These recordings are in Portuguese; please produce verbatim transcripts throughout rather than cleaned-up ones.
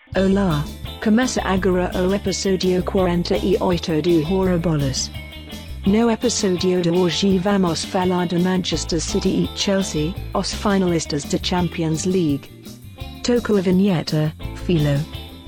Olá, começa agora o episódio quarenta e oito do Horribolas. No episódio de hoje vamos falar de Manchester City e Chelsea, os finalistas da Champions League. Toca a vinheta, Philo.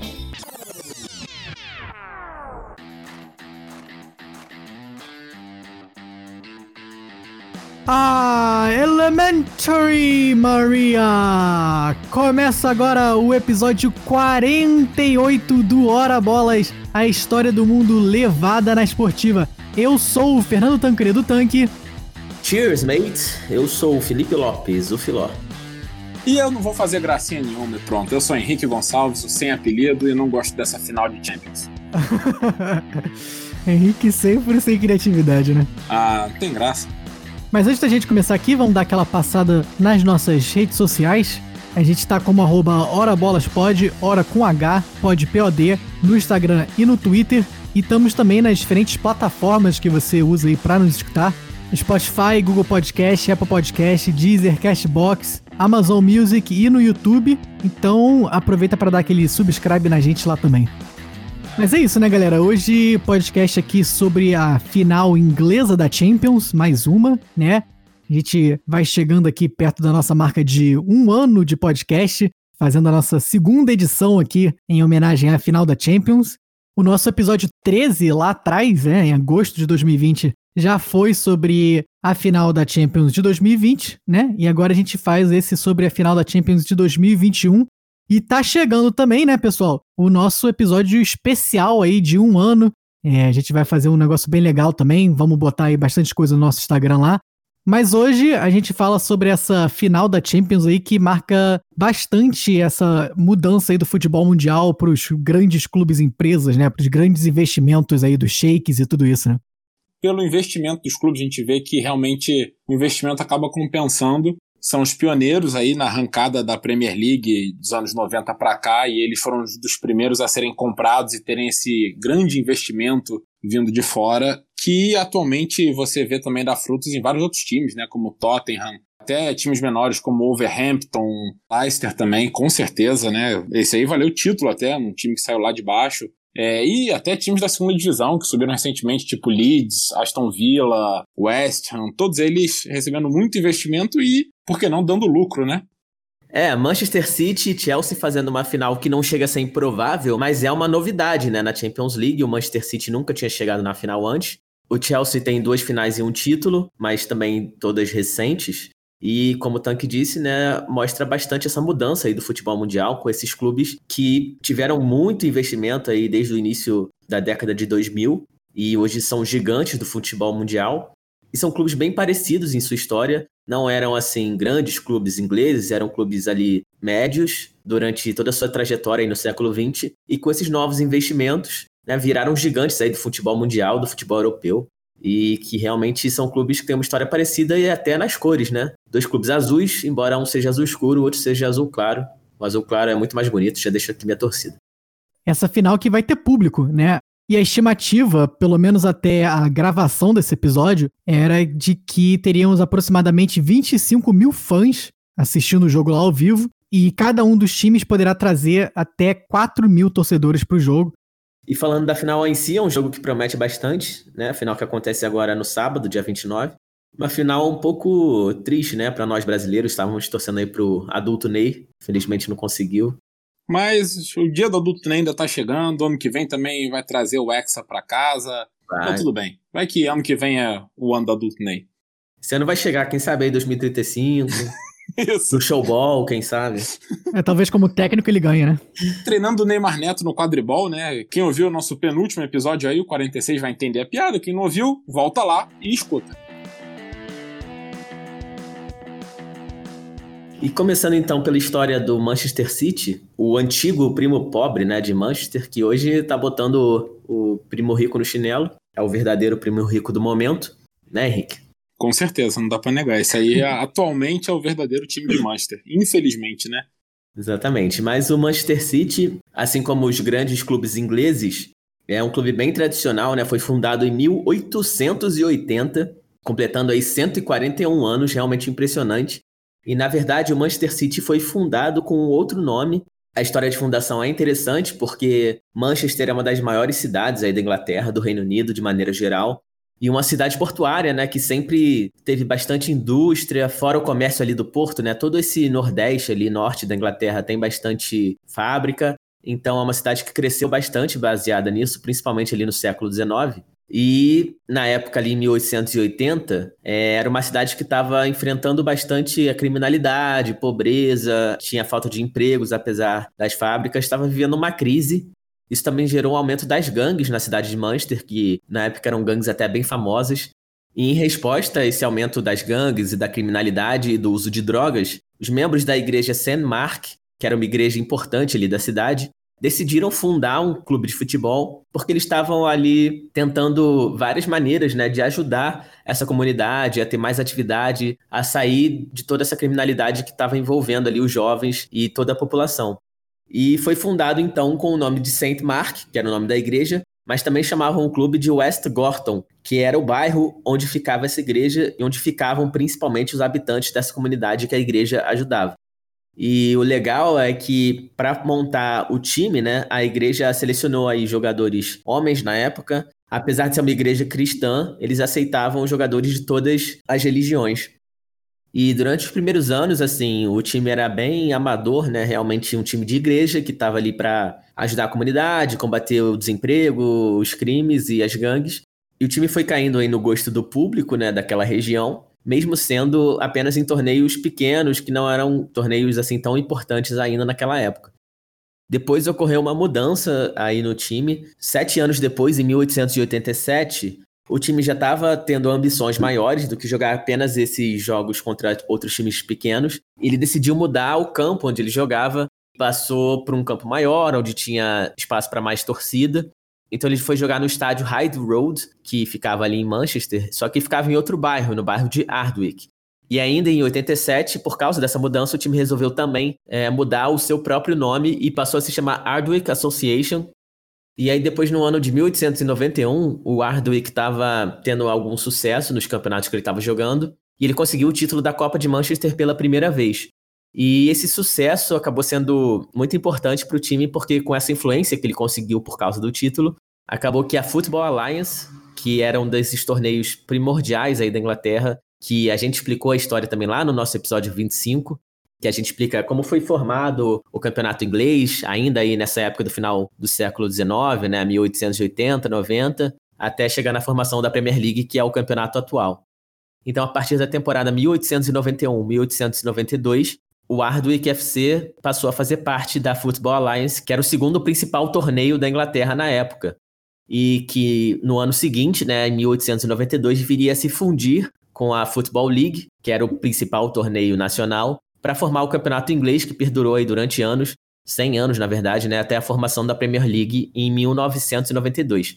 Ah, Elementary Maria! Começa agora o episódio quarenta e oito do Hora Bolas, a história do mundo levada na esportiva. Eu sou o Fernando Tancredo Tanque. Cheers, mate! Eu sou o Felipe Lopes, o Filó. E eu não vou fazer gracinha nenhuma e pronto. Eu sou Henrique Gonçalves, sem apelido, e não gosto dessa final de Champions. Henrique sempre sem criatividade, né? Ah, não tem graça. Mas antes da gente começar aqui, vamos dar aquela passada nas nossas redes sociais. A gente tá como arroba horabolaspod, hora com H, pod P O D, no Instagram e no Twitter. E estamos também nas diferentes plataformas que você usa aí pra nos escutar. Spotify, Google Podcast, Apple Podcast, Deezer, Cashbox, Amazon Music e no YouTube. Então aproveita para dar aquele subscribe na gente lá também. Mas é isso, né, galera? Hoje, podcast aqui sobre a final inglesa da Champions, mais uma, né? A gente vai chegando aqui perto da nossa marca de um ano de podcast, fazendo a nossa segunda edição aqui em homenagem à final da Champions. O nosso episódio treze, lá atrás, né, em agosto de dois mil e vinte, já foi sobre a final da Champions de dois mil e vinte, né? E agora a gente faz esse sobre a final da Champions de dois mil e vinte e um. E tá chegando também, né, pessoal, o nosso episódio especial aí de um ano. É, a gente vai fazer um negócio bem legal também, vamos botar aí bastante coisa no nosso Instagram lá. Mas hoje a gente fala sobre essa final da Champions aí que marca bastante essa mudança aí do futebol mundial para os grandes clubes e empresas, né, para os grandes investimentos aí dos sheiks e tudo isso, né? Pelo investimento dos clubes, a gente vê que realmente o investimento acaba compensando. São os pioneiros aí na arrancada da Premier League dos anos noventa para cá, e eles foram dos primeiros a serem comprados e terem esse grande investimento vindo de fora, que atualmente você vê também dar frutos em vários outros times, né, como Tottenham, até times menores como Wolverhampton, Leicester também, com certeza, né, esse aí valeu o título até, um time que saiu lá de baixo. É, e até times da segunda divisão que subiram recentemente, tipo Leeds, Aston Villa, West Ham, todos eles recebendo muito investimento e, por que não, dando lucro, né? É, Manchester City e Chelsea fazendo uma final que não chega a ser improvável, mas é uma novidade, né, na Champions League. O Manchester City nunca tinha chegado na final antes. O Chelsea tem duas finais e um título, mas também todas recentes. E, como o Tanque disse, né, mostra bastante essa mudança aí do futebol mundial com esses clubes que tiveram muito investimento aí desde o início da década de dois mil e hoje são gigantes do futebol mundial. E são clubes bem parecidos em sua história. Não eram, assim, grandes clubes ingleses, eram clubes ali médios durante toda a sua trajetória aí no século vinte. E com esses novos investimentos, né, viraram gigantes aí do futebol mundial, do futebol europeu. E que realmente são clubes que têm uma história parecida e até nas cores, né? Dois clubes azuis, embora um seja azul escuro, o outro seja azul claro. O azul claro é muito mais bonito, já deixa aqui minha torcida. Essa final que vai ter público, né? E a estimativa, pelo menos até a gravação desse episódio, era de que teríamos aproximadamente vinte e cinco mil fãs assistindo o jogo lá ao vivo, e cada um dos times poderá trazer até quatro mil torcedores para o jogo. E falando da final em si, é um jogo que promete bastante, né? A final que acontece agora no sábado, dia vinte e nove. Uma final um pouco triste, né? Para nós brasileiros, estávamos torcendo aí pro adulto Ney. Felizmente não conseguiu. Mas o dia do adulto Ney ainda tá chegando. Ano que vem também vai trazer o Hexa para casa. Vai. Então tudo bem. Vai que ano que vem é o ano do adulto Ney. Esse ano vai chegar, quem sabe aí dois mil e trinta e cinco. Isso. No showball, quem sabe? É, talvez como técnico ele ganhe, né? Treinando o Neymar Neto no quadribol, né? Quem ouviu o nosso penúltimo episódio aí, o quarenta e seis, vai entender a piada. Quem não ouviu, volta lá e escuta. E começando então pela história do Manchester City, o antigo primo pobre, né, de Manchester, que hoje tá botando o, o primo rico no chinelo. É o verdadeiro primo rico do momento, né, Henrique? Com certeza, não dá pra negar. Esse aí é, atualmente é o verdadeiro time de Manchester. Infelizmente, né? Exatamente. Mas o Manchester City, assim como os grandes clubes ingleses, é um clube bem tradicional, né? Foi fundado em mil oitocentos e oitenta, completando aí cento e quarenta e um anos, realmente impressionante. E, na verdade, o Manchester City foi fundado com outro nome A história de fundação é interessante porque Manchester é uma das maiores cidades aí da Inglaterra, do Reino Unido, de maneira geral. E uma cidade portuária, né, que sempre teve bastante indústria, fora o comércio ali do porto, né, todo esse nordeste ali, norte da Inglaterra tem bastante fábrica, então é uma cidade que cresceu bastante baseada nisso, principalmente ali no século dezenove. E na época ali, em mil oitocentos e oitenta, é, era uma cidade que estava enfrentando bastante a criminalidade, pobreza, tinha falta de empregos, apesar das fábricas, estava vivendo uma crise. Isso também gerou um aumento das gangues na cidade de Manchester, que na época eram gangues até bem famosas. E em resposta a esse aumento das gangues e da criminalidade e do uso de drogas, os membros da igreja Saint Mark, que era uma igreja importante ali da cidade, decidiram fundar um clube de futebol, porque eles estavam ali tentando várias maneiras, né, de ajudar essa comunidade a ter mais atividade, a sair de toda essa criminalidade que estava envolvendo ali os jovens e toda a população. E foi fundado, então, com o nome de Saint Mark, que era o nome da igreja, mas também chamavam o clube de West Gorton, que era o bairro onde ficava essa igreja e onde ficavam principalmente os habitantes dessa comunidade que a igreja ajudava. E o legal é que, para montar o time, né, a igreja selecionou aí jogadores homens na época. Apesar de ser uma igreja cristã, eles aceitavam jogadores de todas as religiões. E durante os primeiros anos, assim, o time era bem amador, né? Realmente um time de igreja que estava ali para ajudar a comunidade, combater o desemprego, os crimes e as gangues. E o time foi caindo aí no gosto do público, né, daquela região, mesmo sendo apenas em torneios pequenos, que não eram torneios assim tão importantes ainda naquela época. Depois ocorreu uma mudança aí no time. Sete anos depois, em mil oitocentos e oitenta e sete, o time já estava tendo ambições maiores do que jogar apenas esses jogos contra outros times pequenos. Ele decidiu mudar o campo onde ele jogava, passou para um campo maior, onde tinha espaço para mais torcida. Então ele foi jogar no estádio Hyde Road, que ficava ali em Manchester, só que ficava em outro bairro, no bairro de Ardwick. E ainda em oitenta e sete, por causa dessa mudança, o time resolveu também é, mudar o seu próprio nome e passou a se chamar Ardwick Association. E aí depois, no ano de mil oitocentos e noventa e um, o Ardwick estava tendo algum sucesso nos campeonatos que ele estava jogando, e ele conseguiu o título da Copa de Manchester pela primeira vez. E esse sucesso acabou sendo muito importante para o time, porque com essa influência que ele conseguiu por causa do título, acabou que a Football Alliance, que era um desses torneios primordiais aí da Inglaterra, que a gente explicou a história também lá no nosso episódio vinte e cinco, que a gente explica como foi formado o campeonato inglês, ainda aí nessa época do final do século dezenove, né, mil oitocentos e oitenta, noventa, até chegar na formação da Premier League, que é o campeonato atual. Então, a partir da temporada mil oitocentos e noventa e um, mil oitocentos e noventa e dois, o Ardwick F C passou a fazer parte da Football Alliance, que era o segundo principal torneio da Inglaterra na época, e que no ano seguinte, né, em mil oitocentos e noventa e dois, viria a se fundir com a Football League, que era o principal torneio nacional, para formar o campeonato inglês, que perdurou aí durante anos, cem anos na verdade, né, até a formação da Premier League em mil novecentos e noventa e dois.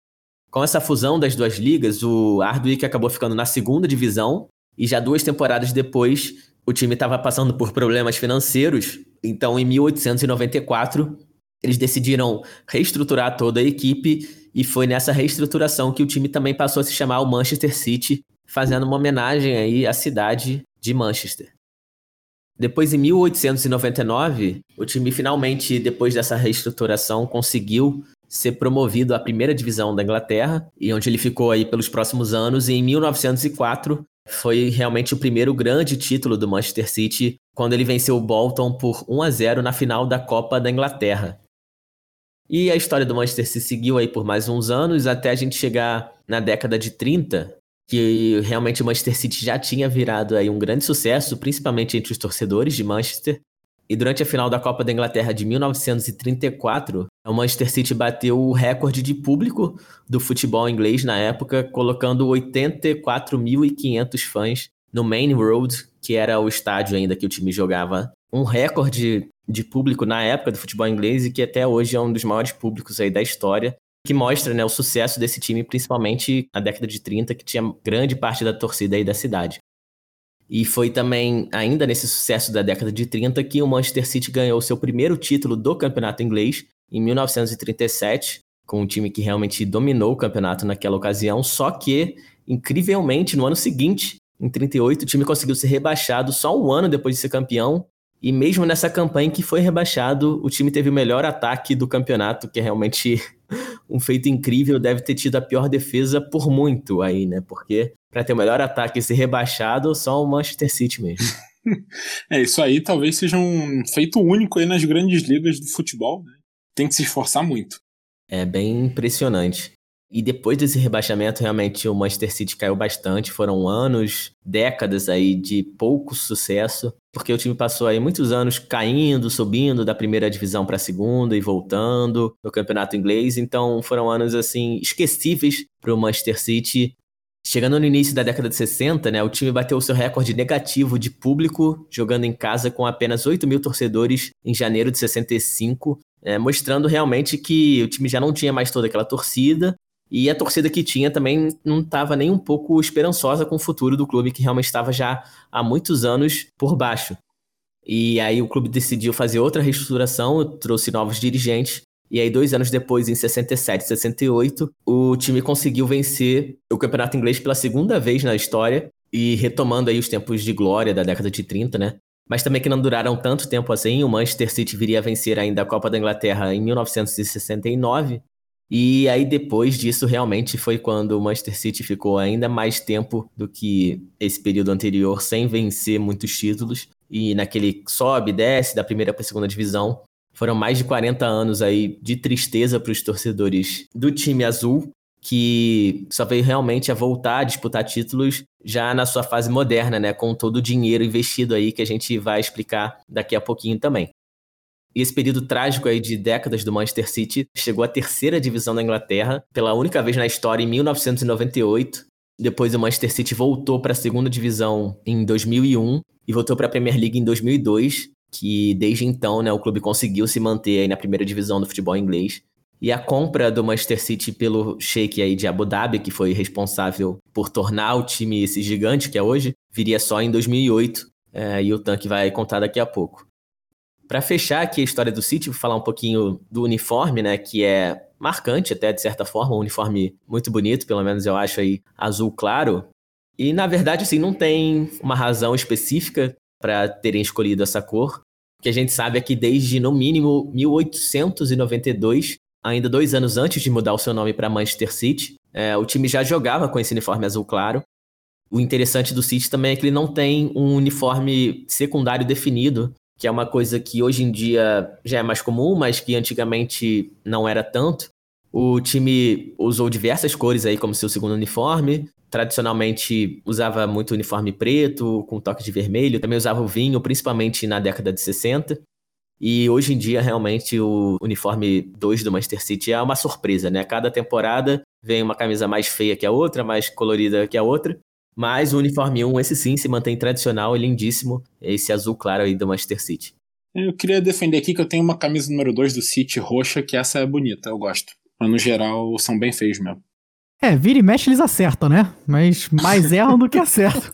Com essa fusão das duas ligas, o Ardwick acabou ficando na segunda divisão, e já duas temporadas depois o time estava passando por problemas financeiros, então em mil oitocentos e noventa e quatro eles decidiram reestruturar toda a equipe, e foi nessa reestruturação que o time também passou a se chamar o Manchester City, fazendo uma homenagem aí à cidade de Manchester. Depois, em mil oitocentos e noventa e nove, o time finalmente, depois dessa reestruturação, conseguiu ser promovido à primeira divisão da Inglaterra, e onde ele ficou aí pelos próximos anos, e em mil novecentos e quatro foi realmente o primeiro grande título do Manchester City, quando ele venceu o Bolton por um a zero na final da Copa da Inglaterra. E a história do Manchester City seguiu aí por mais uns anos, até a gente chegar na década de trinta, que realmente o Manchester City já tinha virado aí um grande sucesso, principalmente entre os torcedores de Manchester. E durante a final da Copa da Inglaterra de mil novecentos e trinta e quatro, o Manchester City bateu o recorde de público do futebol inglês na época, colocando oitenta e quatro mil e quinhentos fãs no Main Road, que era o estádio ainda que o time jogava. Um recorde de público na época do futebol inglês e que até hoje é um dos maiores públicos aí da história, que mostra, né, o sucesso desse time, principalmente na década de trinta, que tinha grande parte da torcida aí da cidade. E foi também, ainda nesse sucesso da década de trinta, que o Manchester City ganhou seu primeiro título do campeonato inglês, em mil novecentos e trinta e sete, com um time que realmente dominou o campeonato naquela ocasião, só que, incrivelmente, no ano seguinte, em trinta e oito, o time conseguiu ser rebaixado só um ano depois de ser campeão, E mesmo nessa campanha que foi rebaixado, o time teve o melhor ataque do campeonato, que é realmente um feito incrível. Deve ter tido a pior defesa por muito aí, né? Porque para ter o melhor ataque e ser rebaixado, só o Manchester City mesmo. É, isso aí talvez seja um feito único aí nas grandes ligas do futebol, né? Tem que se esforçar muito. É bem impressionante. E depois desse rebaixamento, realmente o Manchester City caiu bastante. Foram anos, décadas aí de pouco sucesso, porque o time passou aí muitos anos caindo, subindo da primeira divisão para a segunda e voltando no campeonato inglês. Então foram anos assim esquecíveis para o Manchester City. Chegando no início da década de sessenta, né, o time bateu o seu recorde negativo de público, jogando em casa com apenas oito mil torcedores em janeiro de sessenta e cinco, é, mostrando realmente que o time já não tinha mais toda aquela torcida. E a torcida que tinha também não estava nem um pouco esperançosa com o futuro do clube, que realmente estava já há muitos anos por baixo. E aí o clube decidiu fazer outra reestruturação, trouxe novos dirigentes. E aí dois anos depois, em sessenta e sete, sessenta e oito, o time conseguiu vencer o campeonato inglês pela segunda vez na história. E retomando aí os tempos de glória da década de trinta, né? Mas também que não duraram tanto tempo assim. O Manchester City viria a vencer ainda a Copa da Inglaterra em mil novecentos e sessenta e nove. E aí depois disso realmente foi quando o Manchester City ficou ainda mais tempo do que esse período anterior sem vencer muitos títulos. E naquele sobe e desce da primeira para a segunda divisão, foram mais de quarenta anos aí de tristeza para os torcedores do time azul, que só veio realmente a voltar a disputar títulos já na sua fase moderna, né, com todo o dinheiro investido aí que a gente vai explicar daqui a pouquinho também. E esse período trágico aí de décadas do Manchester City chegou à terceira divisão da Inglaterra pela única vez na história em mil novecentos e noventa e oito. Depois o Manchester City voltou para a segunda divisão em dois mil e um e voltou para a Premier League em dois mil e dois, que desde então, né, o clube conseguiu se manter aí na primeira divisão do futebol inglês. E a compra do Manchester City pelo Sheikh aí de Abu Dhabi, que foi responsável por tornar o time esse gigante que é hoje, viria só em dois mil e oito, é, e o Tanque vai contar daqui a pouco. Para fechar aqui a história do City, vou falar um pouquinho do uniforme, né, que é marcante até, de certa forma, um uniforme muito bonito, pelo menos eu acho aí, azul claro. E, na verdade, assim, não tem uma razão específica para terem escolhido essa cor. O que a gente sabe é que desde, no mínimo, mil oitocentos e noventa e dois, ainda dois anos antes de mudar o seu nome para Manchester City, é, o time já jogava com esse uniforme azul claro. O interessante do City também é que ele não tem um uniforme secundário definido, que é uma coisa que hoje em dia já é mais comum, mas que antigamente não era tanto. O time usou diversas cores aí como seu segundo uniforme. Tradicionalmente usava muito uniforme preto, com toque de vermelho. Também usava o vinho, principalmente na década de sessenta. E hoje em dia, realmente, o uniforme dois do Manchester City é uma surpresa, né? Cada temporada vem uma camisa mais feia que a outra, mais colorida que a outra. Mas o uniforme um, esse sim, se mantém tradicional e lindíssimo, esse azul claro aí do Manchester City. Eu queria defender aqui que eu tenho uma camisa número dois do City roxa, que essa é bonita, eu gosto. Mas no geral são bem feios mesmo. É, vira e mexe eles acertam, né? Mas mais erram do que acertam.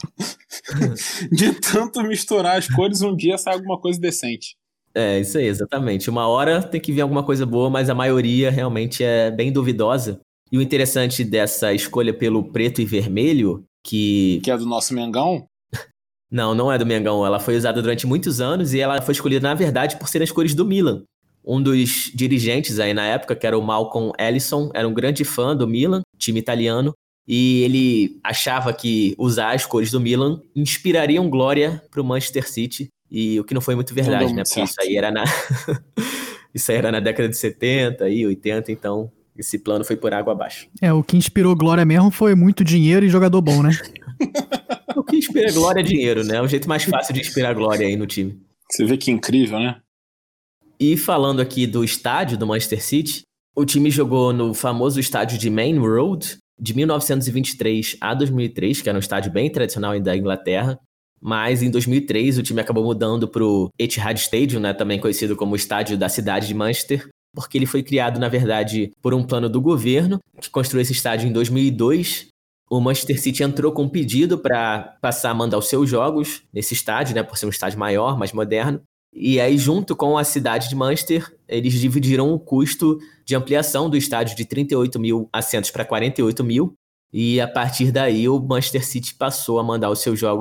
De tanto misturar as cores, um dia sai alguma coisa decente. É, isso aí, exatamente. Uma hora tem que vir alguma coisa boa, mas a maioria realmente é bem duvidosa. E o interessante dessa escolha pelo preto e vermelho, que... Que é do nosso Mengão? Não, não é do Mengão. Ela foi usada durante muitos anos e ela foi escolhida, na verdade, por ser as cores do Milan. Um dos dirigentes aí na época, que era o Malcolm Ellison, era um grande fã do Milan, time italiano, e ele achava que usar as cores do Milan inspirariam glória para o Manchester City, e o que não foi muito verdade, né? Porque isso aí era na isso aí era na década de setenta e oitenta, então esse plano foi por água abaixo. É, o que inspirou glória mesmo foi muito dinheiro e jogador bom, né? O que inspira glória é dinheiro, né? É o jeito mais fácil de inspirar glória aí no time. Você vê que incrível, né? E falando aqui do estádio do Manchester City, o time jogou no famoso estádio de Main Road de mil novecentos e vinte e três a dois mil e três, que era um estádio bem tradicional da Inglaterra, mas em dois mil e três o time acabou mudando para o Etihad Stadium, né, também conhecido como o estádio da cidade de Manchester, porque ele foi criado, na verdade, por um plano do governo, que construiu esse estádio em dois mil e dois. O Manchester City entrou com um pedido para passar a mandar os seus jogos nesse estádio, né, por ser um estádio maior, mais moderno. E aí, junto com a cidade de Manchester, eles dividiram o custo de ampliação do estádio de trinta e oito mil assentos para quarenta e oito mil. E a partir daí, o Manchester City passou a mandar os seus jogos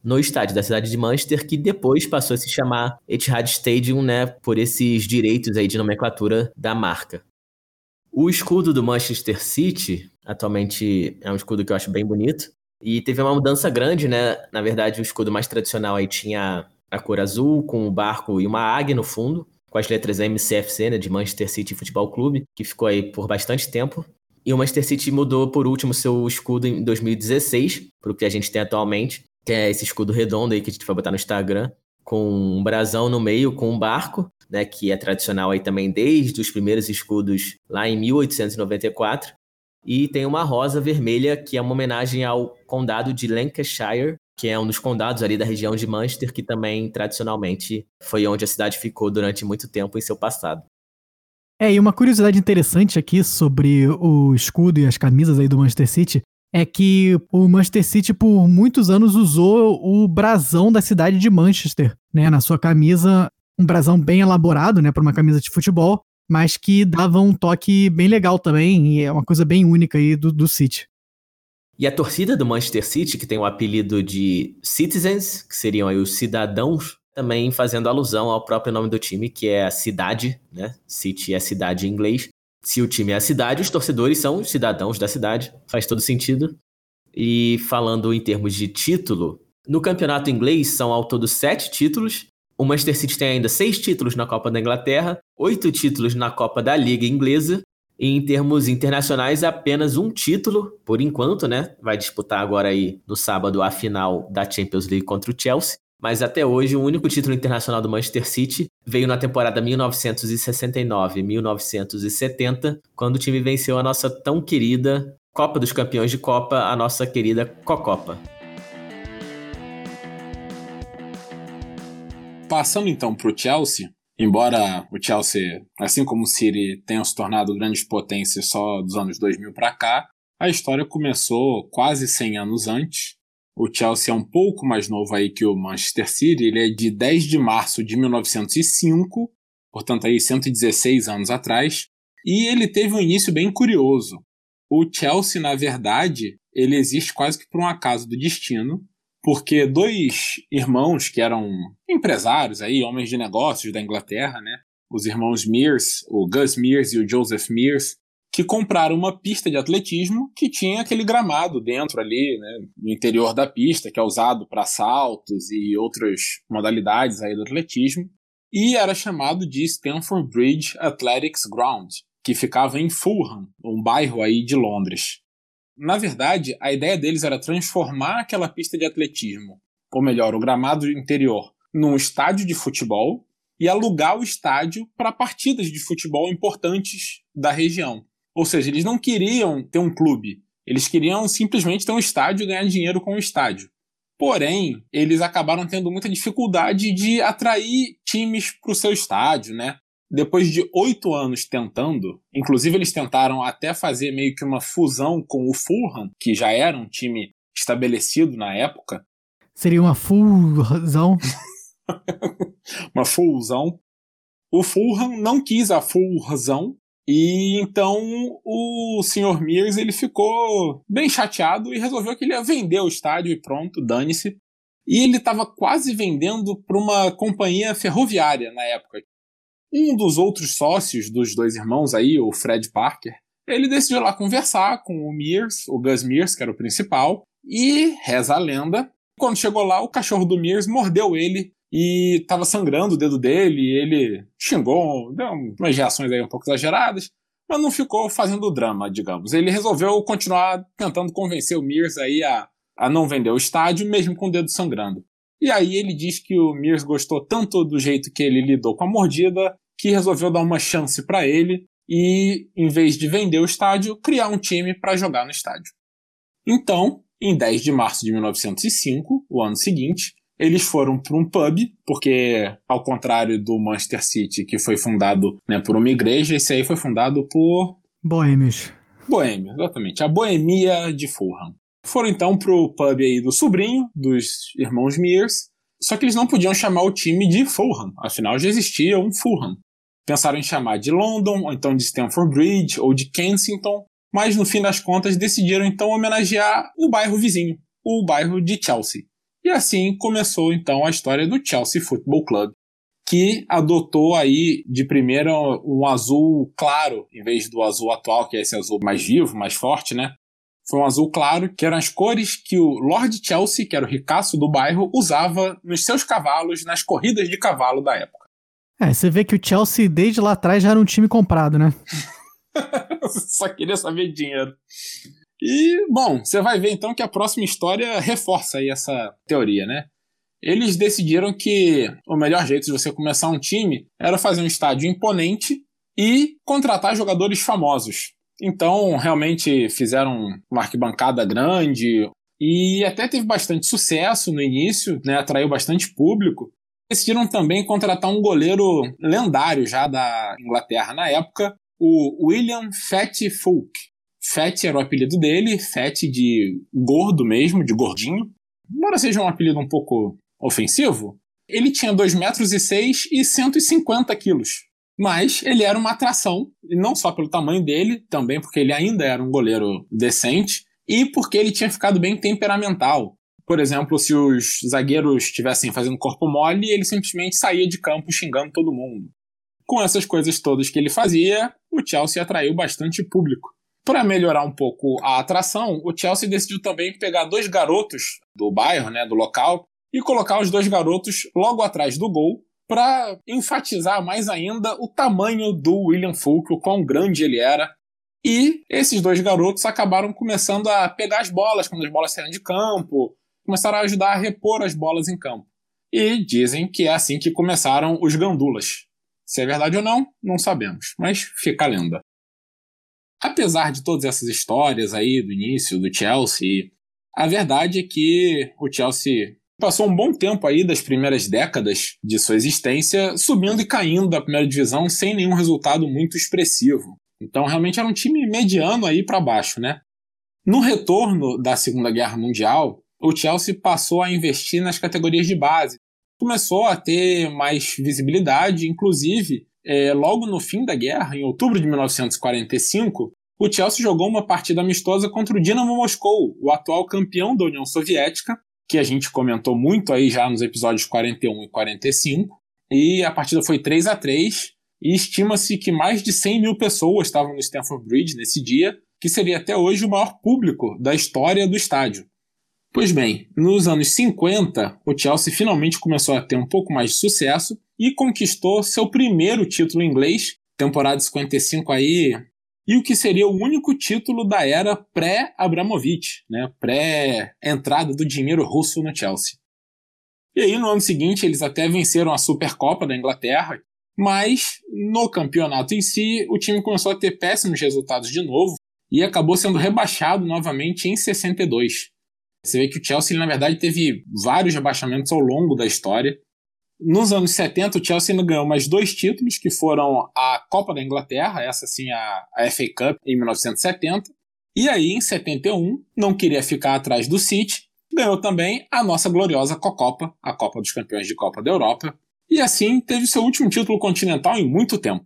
no estádio da cidade de Manchester, que depois passou a se chamar Etihad Stadium, né, por esses direitos aí de nomenclatura da marca. O escudo do Manchester City, atualmente é um escudo que eu acho bem bonito, e teve uma mudança grande, né? Na verdade, o escudo mais tradicional aí tinha a cor azul, com um barco e uma águia no fundo, com as letras M C F C, né, de Manchester City Futebol Clube, que ficou aí por bastante tempo. E o Manchester City mudou, por último, seu escudo em dois mil e dezesseis, para o que a gente tem atualmente, que é esse escudo redondo aí que a gente vai botar no Instagram, com um brasão no meio, com um barco, né, que é tradicional aí também desde os primeiros escudos lá em mil oitocentos e noventa e quatro. E tem uma rosa vermelha, que é uma homenagem ao condado de Lancashire, que é um dos condados ali da região de Manchester, que também, tradicionalmente, foi onde a cidade ficou durante muito tempo em seu passado. É, e uma curiosidade interessante aqui sobre o escudo e as camisas aí do Manchester City é que o Manchester City por muitos anos usou o brasão da cidade de Manchester, né, na sua camisa, um brasão bem elaborado, né, para uma camisa de futebol, mas que dava um toque bem legal também, e é uma coisa bem única aí do, do City. E a torcida do Manchester City, que tem o apelido de Citizens, que seriam aí os cidadãos, também fazendo alusão ao próprio nome do time, que é a cidade, né? City é cidade em inglês. Se o time é a cidade, os torcedores são os cidadãos da cidade. Faz todo sentido. E falando em termos de título, no campeonato inglês são ao todo sete títulos. O Manchester City tem ainda seis títulos na Copa da Inglaterra, oito títulos na Copa da Liga Inglesa. E em termos internacionais, apenas um título, por enquanto, né? Vai disputar agora aí no sábado a final da Champions League contra o Chelsea. Mas até hoje, o único título internacional do Manchester City veio na temporada mil novecentos e sessenta e nove a mil novecentos e setenta, quando o time venceu a nossa tão querida Copa dos Campeões de Copa, a nossa querida Cocopa. Passando então para o Chelsea, embora o Chelsea, assim como o City, tenham se tornado grandes potências só dos anos dois mil para cá, a história começou quase cem anos antes. O Chelsea é um pouco mais novo aí que o Manchester City, ele é de dez de março de mil novecentos e cinco, portanto aí cento e dezesseis anos atrás, e ele teve um início bem curioso. O Chelsea, na verdade, ele existe quase que por um acaso do destino, porque dois irmãos que eram empresários aí, homens de negócios da Inglaterra, né, os irmãos Mears, o Gus Mears e o Joseph Mears, que compraram uma pista de atletismo que tinha aquele gramado dentro ali, né, no interior da pista, que é usado para saltos e outras modalidades aí do atletismo, e era chamado de Stamford Bridge Athletics Ground, que ficava em Fulham, um bairro aí de Londres. Na verdade, a ideia deles era transformar aquela pista de atletismo, ou melhor, o gramado interior, num estádio de futebol e alugar o estádio para partidas de futebol importantes da região. Ou seja, eles não queriam ter um clube, eles queriam simplesmente ter um estádio e ganhar dinheiro com o estádio. Porém, eles acabaram tendo muita dificuldade de atrair times para o seu estádio, né? Depois de oito anos tentando, inclusive eles tentaram até fazer meio que uma fusão com o Fulham, que já era um time estabelecido na época. Seria uma fusão? Uma fusão. O Fulham não quis a fusão, e então o senhor Mears ele ficou bem chateado e resolveu que ele ia vender o estádio e pronto, dane-se. E ele estava quase vendendo para uma companhia ferroviária na época. Um dos outros sócios dos dois irmãos aí, o Fred Parker, ele decidiu lá conversar com o Mears, o Gus Mears, que era o principal, e reza a lenda, quando chegou lá, o cachorro do Mears mordeu ele e estava sangrando o dedo dele, e ele xingou, deu umas reações aí um pouco exageradas, mas não ficou fazendo drama, digamos. Ele resolveu continuar tentando convencer o Mears aí a, a não vender o estádio, mesmo com o dedo sangrando. E aí ele diz que o Mears gostou tanto do jeito que ele lidou com a mordida, que resolveu dar uma chance para ele e, em vez de vender o estádio, criar um time para jogar no estádio. Então, em dez de março de mil novecentos e cinco, o ano seguinte, eles foram para um pub, porque, ao contrário do Manchester City, que foi fundado, né, por uma igreja, esse aí foi fundado por... Boêmios. Boêmios, exatamente. A Boemia de Fulham. Foram então pro pub aí do sobrinho, dos irmãos Mears, só que eles não podiam chamar o time de Fulham, afinal já existia um Fulham. Pensaram em chamar de London, ou então de Stamford Bridge, ou de Kensington, mas no fim das contas decidiram então homenagear o bairro vizinho, o bairro de Chelsea. E assim começou então a história do Chelsea Football Club, que adotou aí de primeira um azul claro, em vez do azul atual, que é esse azul mais vivo, mais forte, né? Foi um azul claro, que eram as cores que o Lord Chelsea, que era o ricaço do bairro, usava nos seus cavalos, nas corridas de cavalo da época. É, você vê que o Chelsea desde lá atrás já era um time comprado, né? Só queria saber de dinheiro. E, bom, você vai ver então que a próxima história reforça aí essa teoria, né? Eles decidiram que o melhor jeito de você começar um time era fazer um estádio imponente e contratar jogadores famosos. Então, realmente fizeram uma arquibancada grande e até teve bastante sucesso no início, né? Atraiu bastante público. Decidiram também contratar um goleiro lendário já da Inglaterra na época, o William Fatty Fulk. Fatty era o apelido dele, Fatty de gordo mesmo, de gordinho. Embora seja um apelido um pouco ofensivo, ele tinha dois metros e seis e cento e cinquenta quilos. Mas ele era uma atração, e não só pelo tamanho dele, também porque ele ainda era um goleiro decente, e porque ele tinha ficado bem temperamental. Por exemplo, se os zagueiros estivessem fazendo corpo mole, ele simplesmente saía de campo xingando todo mundo. Com essas coisas todas que ele fazia, o Chelsea atraiu bastante público. Para melhorar um pouco a atração, o Chelsea decidiu também pegar dois garotos do bairro, né, do local, e colocar os dois garotos logo atrás do gol, para enfatizar mais ainda o tamanho do William Fulk, o quão grande ele era. E esses dois garotos acabaram começando a pegar as bolas quando as bolas saíam de campo, começaram a ajudar a repor as bolas em campo. E dizem que é assim que começaram os gandulas. Se é verdade ou não, não sabemos, mas fica a lenda. Apesar de todas essas histórias aí do início do Chelsea, a verdade é que o Chelsea passou um bom tempo aí das primeiras décadas de sua existência subindo e caindo da primeira divisão sem nenhum resultado muito expressivo. Então realmente era um time mediano aí para baixo, né? No retorno da Segunda Guerra Mundial, o Chelsea passou a investir nas categorias de base. Começou a ter mais visibilidade, inclusive, é, logo no fim da guerra, em outubro de mil novecentos e quarenta e cinco, o Chelsea jogou uma partida amistosa contra o Dinamo Moscou, o atual campeão da União Soviética, que a gente comentou muito aí já nos episódios quarenta e um e quarenta e cinco, e a partida foi três a três, e estima-se que mais de cem mil pessoas estavam no Stamford Bridge nesse dia, que seria até hoje o maior público da história do estádio. Pois bem, nos anos cinquenta, o Chelsea finalmente começou a ter um pouco mais de sucesso e conquistou seu primeiro título inglês, temporada cinquenta e cinco aí, e o que seria o único título da era pré-Abramovich, né? Pré-entrada do dinheiro russo no Chelsea. E aí, no ano seguinte, eles até venceram a Supercopa da Inglaterra, mas no campeonato em si, o time começou a ter péssimos resultados de novo e acabou sendo rebaixado novamente em sessenta e dois. Você vê que o Chelsea, na verdade, teve vários rebaixamentos ao longo da história. Nos anos setenta, o Chelsea ainda ganhou mais dois títulos, que foram a Copa da Inglaterra, essa sim a, a F A Cup, em mil novecentos e setenta. E aí, em setenta e um, não queria ficar atrás do City, ganhou também a nossa gloriosa Cocopa, a Copa dos Campeões de Copa da Europa. E assim, teve seu último título continental em muito tempo.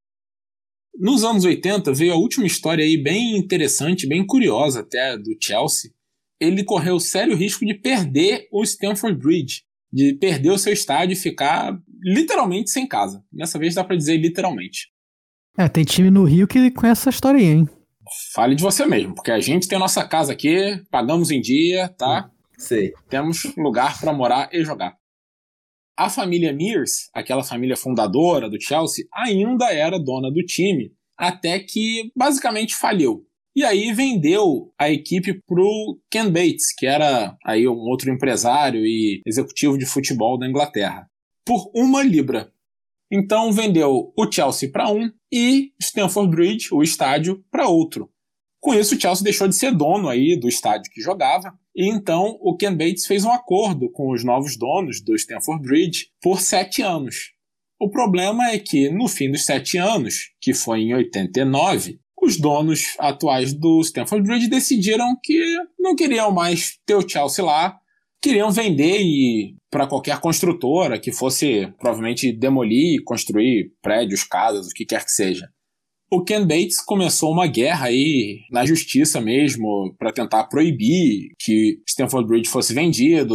Nos anos oitenta, veio a última história aí bem interessante, bem curiosa até, do Chelsea. Ele correu sério risco de perder o Stamford Bridge, de perder o seu estádio e ficar literalmente sem casa. Dessa vez dá pra dizer literalmente. É, tem time no Rio que conhece essa história aí, hein? Fale de você mesmo, porque a gente tem a nossa casa aqui, pagamos em dia, tá? Sei. Temos lugar pra morar e jogar. A família Mears, aquela família fundadora do Chelsea, ainda era dona do time, até que basicamente faliu. E aí vendeu a equipe pro Ken Bates, que era aí um outro empresário e executivo de futebol da Inglaterra, por uma libra. Então vendeu o Chelsea para um e Stamford Bridge, o estádio, para outro. Com isso o Chelsea deixou de ser dono aí do estádio que jogava, e então o Ken Bates fez um acordo com os novos donos do Stamford Bridge por sete anos. O problema é que no fim dos sete anos, que foi em oitenta e nove, os donos atuais do Stamford Bridge decidiram que não queriam mais ter o Chelsea lá, queriam vender e para qualquer construtora que fosse provavelmente demolir, construir prédios, casas, o que quer que seja. O Ken Bates começou uma guerra aí na justiça mesmo para tentar proibir que Stamford Bridge fosse vendido.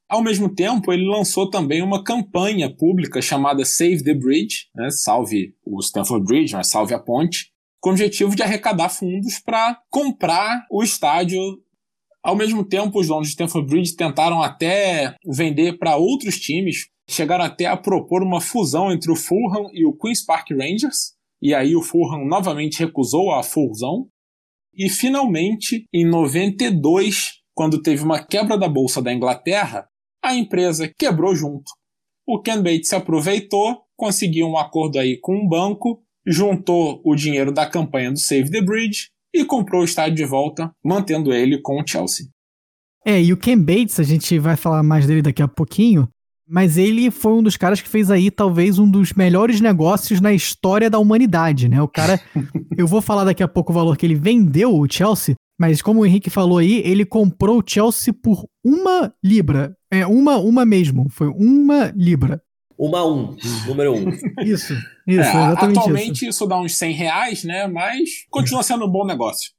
Ao mesmo tempo, ele lançou também uma campanha pública chamada Save the Bridge, né, salve o Stamford Bridge, mas salve a ponte, com o objetivo de arrecadar fundos para comprar o estádio. Ao mesmo tempo, os donos de Stamford Bridge tentaram até vender para outros times, chegaram até a propor uma fusão entre o Fulham e o Queen's Park Rangers, e aí o Fulham novamente recusou a fusão. E finalmente, em noventa e dois, quando teve uma quebra da Bolsa da Inglaterra, a empresa quebrou junto. O Ken Bates se aproveitou, conseguiu um acordo aí com um banco, juntou o dinheiro da campanha do Save the Bridge e comprou o estádio de volta, mantendo ele com o Chelsea. É, e o Ken Bates, a gente vai falar mais dele daqui a pouquinho, mas ele foi um dos caras que fez aí talvez um dos melhores negócios na história da humanidade, né? O cara, eu vou falar daqui a pouco o valor que ele vendeu o Chelsea, mas como o Henrique falou aí, ele comprou o Chelsea por uma libra. É, uma, uma mesmo, foi uma libra. Uma um, número um. Isso, isso, é, exatamente atualmente isso. isso dá uns cem reais, né? Mas continua sendo um bom negócio.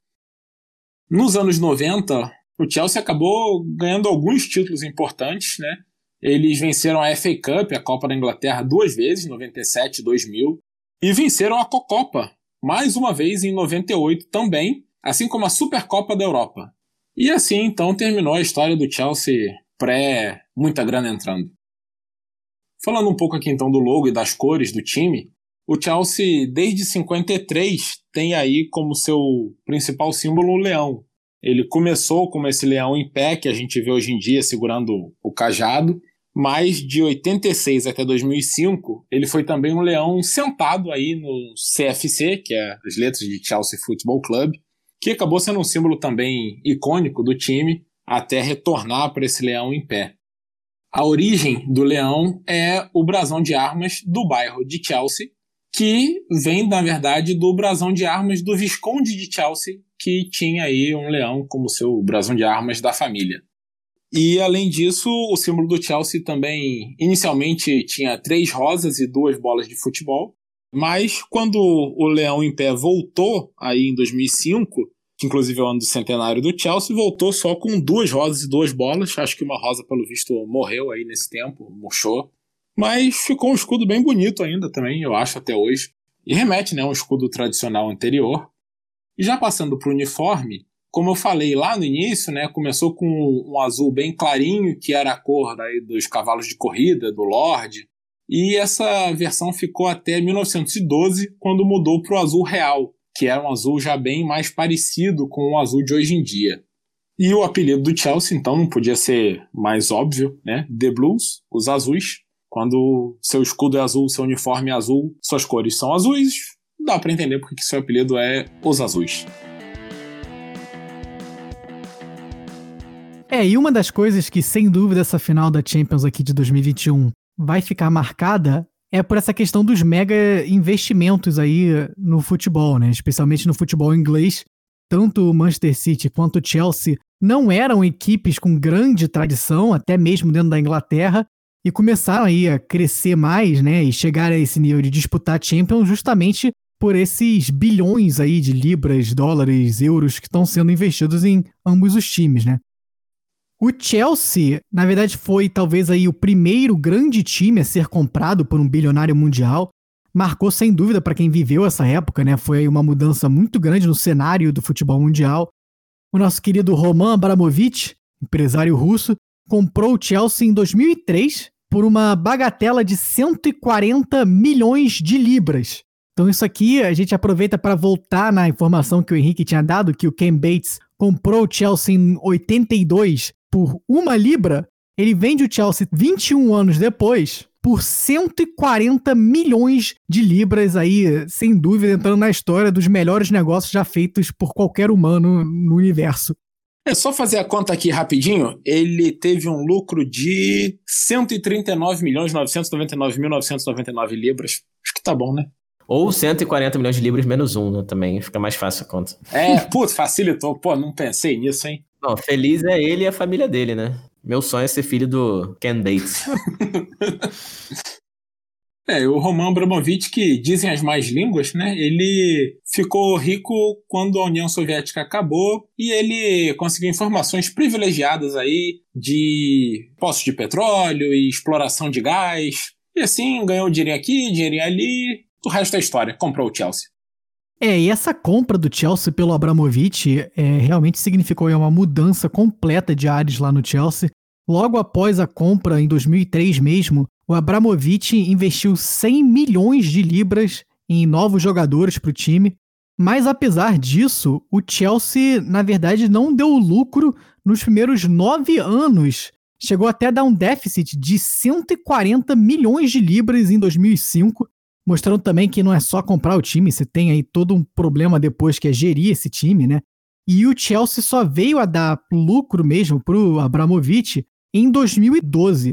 Nos anos noventa, o Chelsea acabou ganhando alguns títulos importantes, né? Eles venceram a F A Cup, a Copa da Inglaterra, duas vezes, noventa e sete e dois mil, e venceram a Cocopa, mais uma vez em noventa e oito também, assim como a Supercopa da Europa. E assim, então, terminou a história do Chelsea pré muita grana entrando. Falando um pouco aqui então do logo e das cores do time, o Chelsea desde cinquenta e três tem aí como seu principal símbolo o leão. Ele começou como esse leão em pé que a gente vê hoje em dia segurando o cajado, mas de oitenta e seis até dois mil e cinco ele foi também um leão sentado aí no C F C, que é as letras de Chelsea Football Club, que acabou sendo um símbolo também icônico do time até retornar para esse leão em pé. A origem do leão é o brasão de armas do bairro de Chelsea, que vem, na verdade, do brasão de armas do Visconde de Chelsea, que tinha aí um leão como seu brasão de armas da família. E, além disso, o símbolo do Chelsea também, inicialmente, tinha três rosas e duas bolas de futebol, mas quando o leão em pé voltou, aí em dois mil e cinco, que inclusive é o ano do centenário do Chelsea, voltou só com duas rosas e duas bolas. Acho que uma rosa, pelo visto, morreu aí nesse tempo, murchou. Mas ficou um escudo bem bonito ainda também, eu acho, até hoje. E remete, né, a um escudo tradicional anterior. E já passando para o uniforme, como eu falei lá no início, né, começou com um azul bem clarinho, que era a cor daí dos cavalos de corrida, do Lorde. E essa versão ficou até mil novecentos e doze, quando mudou para o azul real, que era um azul já bem mais parecido com o azul de hoje em dia. E o apelido do Chelsea, então, não podia ser mais óbvio, né? The Blues, os azuis. Quando seu escudo é azul, seu uniforme é azul, suas cores são azuis, dá para entender porque que seu apelido é os azuis. É, e uma das coisas que, sem dúvida, essa final da Champions aqui de dois mil e vinte e um vai ficar marcada é por essa questão dos mega investimentos aí no futebol, né? Especialmente no futebol inglês. Tanto o Manchester City quanto o Chelsea não eram equipes com grande tradição, até mesmo dentro da Inglaterra, e começaram aí a crescer mais, né? E chegar a esse nível de disputar Champions justamente por esses bilhões aí de libras, dólares, euros que estão sendo investidos em ambos os times, né? O Chelsea, na verdade, foi talvez aí o primeiro grande time a ser comprado por um bilionário mundial. Marcou sem dúvida para quem viveu essa época, né? Foi uma mudança muito grande no cenário do futebol mundial. O nosso querido Roman Abramovich, empresário russo, comprou o Chelsea em dois mil e três por uma bagatela de cento e quarenta milhões de libras. Então isso aqui a gente aproveita para voltar na informação que o Henrique tinha dado, que o Ken Bates comprou o Chelsea em oitenta e dois por uma libra. Ele vende o Chelsea vinte e um anos depois por cento e quarenta milhões de libras aí, sem dúvida, entrando na história dos melhores negócios já feitos por qualquer humano no universo. É só fazer a conta aqui rapidinho. Ele teve um lucro de cento e trinta e nove milhões novecentos e noventa e nove mil novecentos e noventa e nove libras. Acho que tá bom, né? Ou cento e quarenta milhões de libras menos um, né? Também fica mais fácil a conta. É, putz, facilitou. Pô, não pensei nisso, hein? Não, feliz é ele e a família dele, né? Meu sonho é ser filho do Ken Bates. É, o Roman Abramovich, que dizem as más línguas, né? Ele ficou rico quando a União Soviética acabou e ele conseguiu informações privilegiadas aí de poços de petróleo e exploração de gás. E assim, ganhou dinheiro aqui, dinheiro ali, o resto é história. Comprou o Chelsea. É, e essa compra do Chelsea pelo Abramovich é, realmente significou uma mudança completa de ares lá no Chelsea. Logo após a compra, em dois mil e três mesmo, o Abramovich investiu cem milhões de libras em novos jogadores para o time, mas apesar disso, o Chelsea, na verdade, não deu lucro nos primeiros nove anos. Chegou até a dar um déficit de cento e quarenta milhões de libras em dois mil e cinco, mostrando também que não é só comprar o time, você tem aí todo um problema depois que é gerir esse time, né? E o Chelsea só veio a dar lucro mesmo para o Abramovich em dois mil e doze.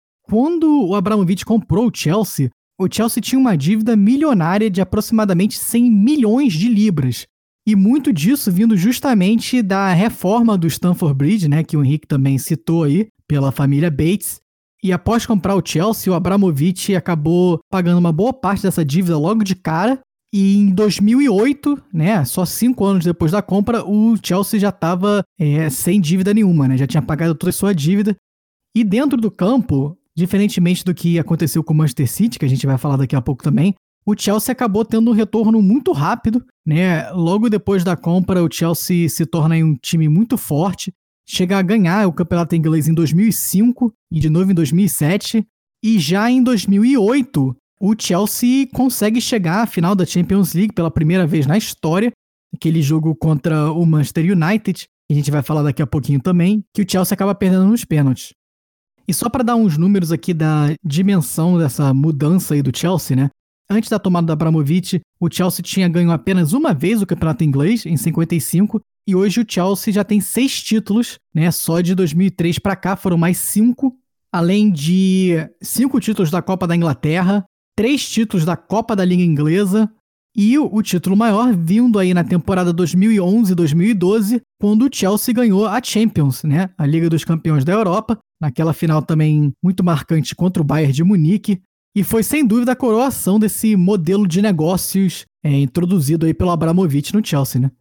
Quando o Abramovich comprou o Chelsea, o Chelsea tinha uma dívida milionária de aproximadamente cem milhões de libras. E muito disso vindo justamente da reforma do Stamford Bridge, né, que o Henrique também citou aí, pela família Bates. E após comprar o Chelsea, o Abramovich acabou pagando uma boa parte dessa dívida logo de cara. E em dois mil e oito, né, só cinco anos depois da compra, o Chelsea já estava é, sem dívida nenhuma, né, já tinha pagado toda a sua dívida. E dentro do campo, diferentemente do que aconteceu com o Manchester City, que a gente vai falar daqui a pouco também, o Chelsea acabou tendo um retorno muito rápido, né? Logo depois da compra, o Chelsea se torna um time muito forte, chega a ganhar o campeonato inglês em dois mil e cinco e de novo em dois mil e sete, e já em dois mil e oito o Chelsea consegue chegar à final da Champions League pela primeira vez na história, aquele jogo contra o Manchester United, que a gente vai falar daqui a pouquinho também, que o Chelsea acaba perdendo nos pênaltis. E só para dar uns números aqui da dimensão dessa mudança aí do Chelsea, né? Antes da tomada do Abramovich, o Chelsea tinha ganho apenas uma vez o campeonato inglês, em cinquenta e cinco, e hoje o Chelsea já tem seis títulos, né? Só de dois mil e três para cá foram mais cinco, além de cinco títulos da Copa da Inglaterra, três títulos da Copa da Liga Inglesa, e o, o título maior vindo aí na temporada dois mil e onze e dois mil e doze, quando o Chelsea ganhou a Champions, né? A Liga dos Campeões da Europa, naquela final também muito marcante contra o Bayern de Munique, e foi sem dúvida a coroação desse modelo de negócios é, introduzido aí pelo Abramovich no Chelsea, né?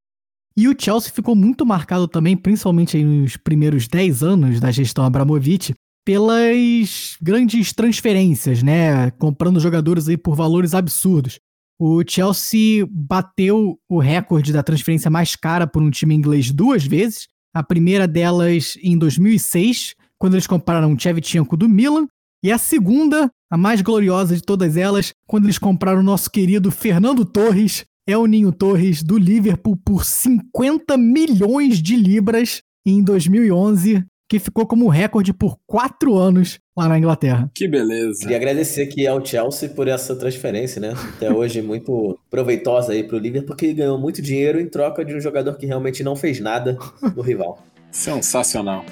E o Chelsea ficou muito marcado também, principalmente aí nos primeiros dez anos da gestão Abramovich, pelas grandes transferências, né? Comprando jogadores aí por valores absurdos. O Chelsea bateu o recorde da transferência mais cara por um time inglês duas vezes, a primeira delas em dois mil e seis, quando eles compraram o Shevchenko do Milan, e a segunda, a mais gloriosa de todas elas, quando eles compraram o nosso querido Fernando Torres, El Ninho Torres, do Liverpool, por cinquenta milhões de libras em dois mil e onze, que ficou como recorde por quatro anos lá na Inglaterra. Que beleza. Queria agradecer aqui ao Chelsea por essa transferência, né? Até hoje muito proveitosa aí pro Liverpool, porque ganhou muito dinheiro em troca de um jogador que realmente não fez nada no rival. Sensacional.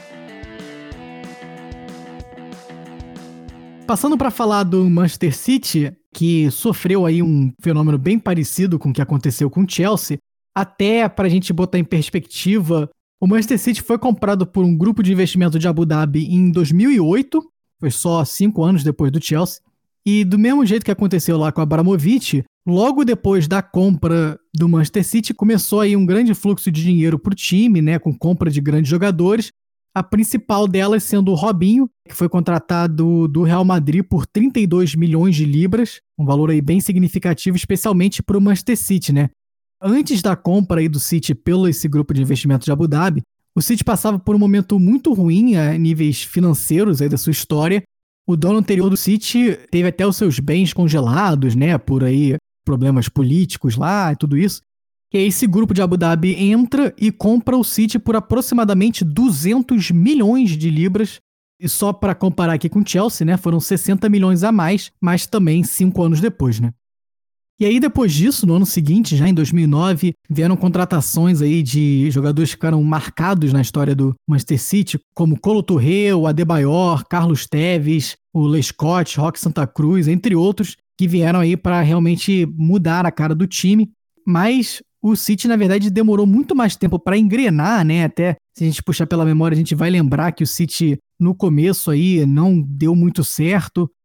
Passando para falar do Manchester City, que sofreu aí um fenômeno bem parecido com o que aconteceu com o Chelsea, até para a gente botar em perspectiva, o Manchester City foi comprado por um grupo de investimento de Abu Dhabi em dois mil e oito, foi só cinco anos depois do Chelsea, e do mesmo jeito que aconteceu lá com a Abramovich, logo depois da compra do Manchester City, começou aí um grande fluxo de dinheiro para o time, né, com compra de grandes jogadores, a principal delas sendo o Robinho, que foi contratado do Real Madrid por trinta e dois milhões de libras, um valor aí bem significativo, especialmente para o Manchester City, né? Antes da compra aí do City pelo esse grupo de investimento de Abu Dhabi, o City passava por um momento muito ruim a níveis financeiros aí da sua história. O dono anterior do City teve até os seus bens congelados, né, por aí problemas políticos lá e tudo isso. E aí esse grupo de Abu Dhabi entra e compra o City por aproximadamente duzentos milhões de libras. E só para comparar aqui com o Chelsea, né, foram sessenta milhões a mais, mas também cinco anos depois, né? E aí depois disso, no ano seguinte, já em dois mil e nove, vieram contratações aí de jogadores que ficaram marcados na história do Manchester City, como Kolo Touré, o Adebayor, Carlos Tevez, o Lescott, Roque Santa Cruz, entre outros, que vieram aí para realmente mudar a cara do time. Mas o City, na verdade, demorou muito mais tempo para engrenar, né? Até se a gente puxar pela memória, a gente vai lembrar que o City, no começo aí, não deu muito certo.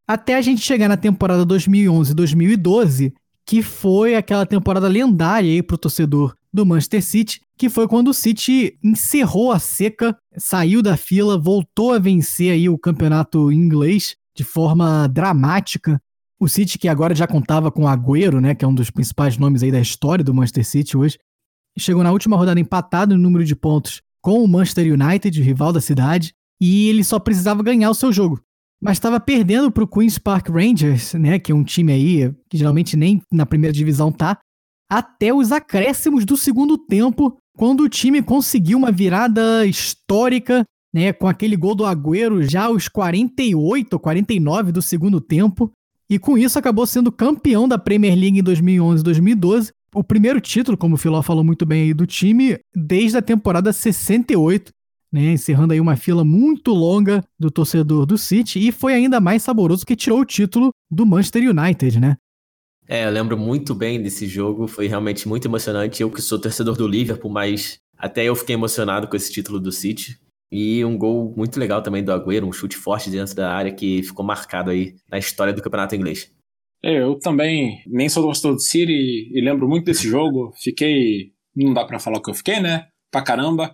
Até a gente chegar na temporada dois mil e onze, dois mil e doze, que foi aquela temporada lendária aí pro torcedor do Manchester City, que foi quando o City encerrou a seca, saiu da fila, voltou a vencer aí o campeonato inglês de forma dramática. O City, que agora já contava com o Agüero, né, que é um dos principais nomes aí da história do Manchester City hoje, chegou na última rodada empatado no número de pontos com o Manchester United, o rival da cidade, e ele só precisava ganhar o seu jogo. Mas estava perdendo para o Queen's Park Rangers, né, que é um time aí que geralmente nem na primeira divisão tá, até os acréscimos do segundo tempo, quando o time conseguiu uma virada histórica, né, com aquele gol do Agüero já aos quarenta e oito ou quarenta e nove do segundo tempo, e com isso acabou sendo campeão da Premier League em dois mil e onze, dois mil e doze, o primeiro título, como o Filó falou muito bem aí, do time desde a temporada sessenta e oito, né, encerrando aí uma fila muito longa do torcedor do City, e foi ainda mais saboroso que tirou o título do Manchester United, né? É, eu lembro muito bem desse jogo, foi realmente muito emocionante. Eu que sou torcedor do Liverpool, mas até eu fiquei emocionado com esse título do City. E um gol muito legal também do Agüero, um chute forte dentro da área que ficou marcado aí na história do campeonato inglês. É, eu também nem sou torcedor do City e lembro muito desse jogo. Fiquei, não dá pra falar o que eu fiquei, né? Pra caramba.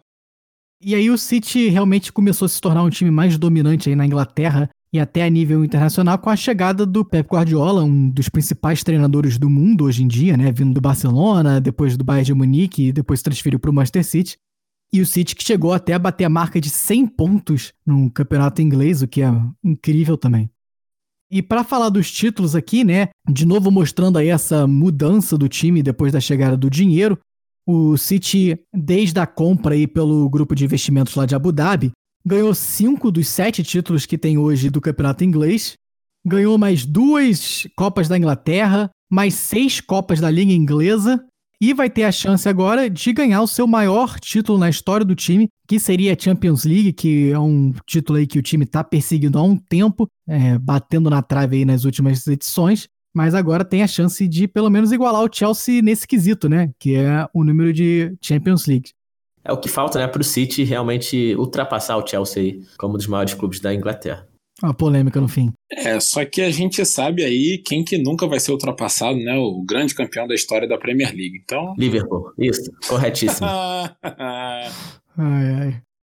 E aí o City realmente começou a se tornar um time mais dominante aí na Inglaterra e até a nível internacional com a chegada do Pep Guardiola, um dos principais treinadores do mundo hoje em dia, né, vindo do Barcelona, depois do Bayern de Munique e depois se transferiu para o Manchester City. E o City que chegou até a bater a marca de cem pontos no campeonato inglês, o que é incrível também. E para falar dos títulos aqui, né, de novo mostrando aí essa mudança do time depois da chegada do dinheiro, o City, desde a compra aí pelo grupo de investimentos lá de Abu Dhabi, ganhou cinco dos sete títulos que tem hoje do campeonato inglês, ganhou mais duas Copas da Inglaterra, mais seis Copas da Liga Inglesa e vai ter a chance agora de ganhar o seu maior título na história do time, que seria a Champions League, que é um título aí que o time está perseguindo há um tempo, é, batendo na trave aí nas últimas edições. Mas agora tem a chance de pelo menos igualar o Chelsea nesse quesito, né? Que é o número de Champions League. É o que falta, né, pro City realmente ultrapassar o Chelsea aí como um dos maiores clubes da Inglaterra. Uma polêmica no fim. É, só que a gente sabe aí quem que nunca vai ser ultrapassado, né? O grande campeão da história da Premier League. Então... Liverpool, isso, corretíssimo. Ai, ai.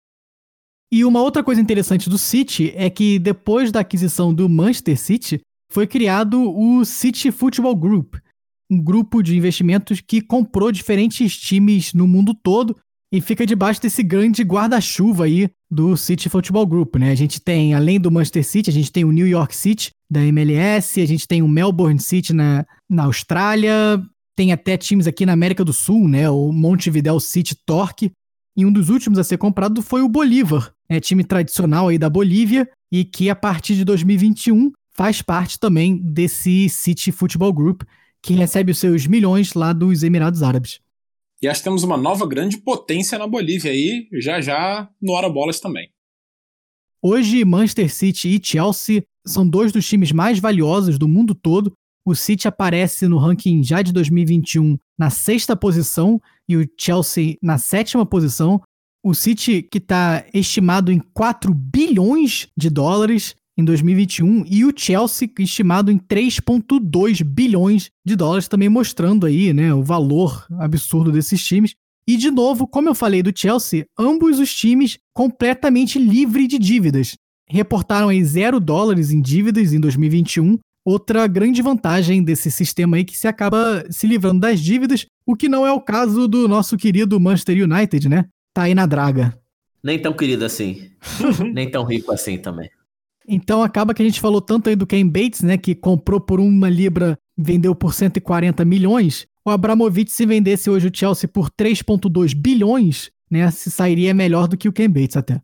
E uma outra coisa interessante do City é que depois da aquisição do Manchester City, foi criado o City Football Group, um grupo de investimentos que comprou diferentes times no mundo todo e fica debaixo desse grande guarda-chuva aí do City Football Group, né? A gente tem, além do Manchester City, a gente tem o New York City da M L S, a gente tem o Melbourne City na, na Austrália, tem até times aqui na América do Sul, né? O Montevideo City Torque, e um dos últimos a ser comprado foi o Bolívar, né? Time tradicional aí da Bolívia e que a partir de dois mil e vinte e um faz parte também desse City Football Group, que recebe os seus milhões lá dos Emirados Árabes. E acho que temos uma nova grande potência na Bolívia aí, já já no Hora Bolas também. Hoje, Manchester City e Chelsea são dois dos times mais valiosos do mundo todo. O City aparece no ranking já de dois mil e vinte e um na sexta posição e o Chelsea na sétima posição. O City que está estimado em quatro bilhões de dólares em dois mil e vinte e um, e o Chelsea estimado em três vírgula dois bilhões de dólares, também mostrando aí, né, o valor absurdo desses times. E, de novo, como eu falei do Chelsea, ambos os times completamente livres de dívidas. Reportaram aí zero dólares em dívidas em dois mil e vinte e um, outra grande vantagem desse sistema aí que se acaba se livrando das dívidas, o que não é o caso do nosso querido Manchester United, né? Tá aí na draga. Nem tão querido assim, nem tão rico assim também. Então acaba que a gente falou tanto aí do Ken Bates, né, que comprou por uma libra, vendeu por cento e quarenta milhões. O Abramovich, se vendesse hoje o Chelsea por três vírgula dois bilhões, né, se sairia melhor do que o Ken Bates até.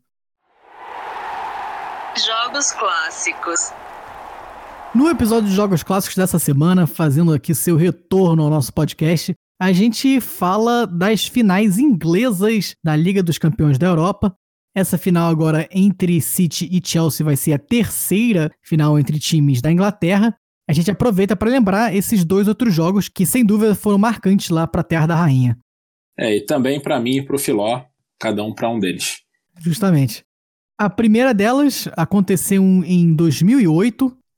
Jogos clássicos. No episódio de Jogos Clássicos dessa semana, fazendo aqui seu retorno ao nosso podcast, a gente fala das finais inglesas da Liga dos Campeões da Europa. Essa final agora entre City e Chelsea vai ser a terceira final entre times da Inglaterra. A gente aproveita para lembrar esses dois outros jogos que, sem dúvida, foram marcantes lá para a Terra da Rainha. É, e também para mim e para o Filó, cada um para um deles. Justamente. A primeira delas aconteceu em dois mil e oito,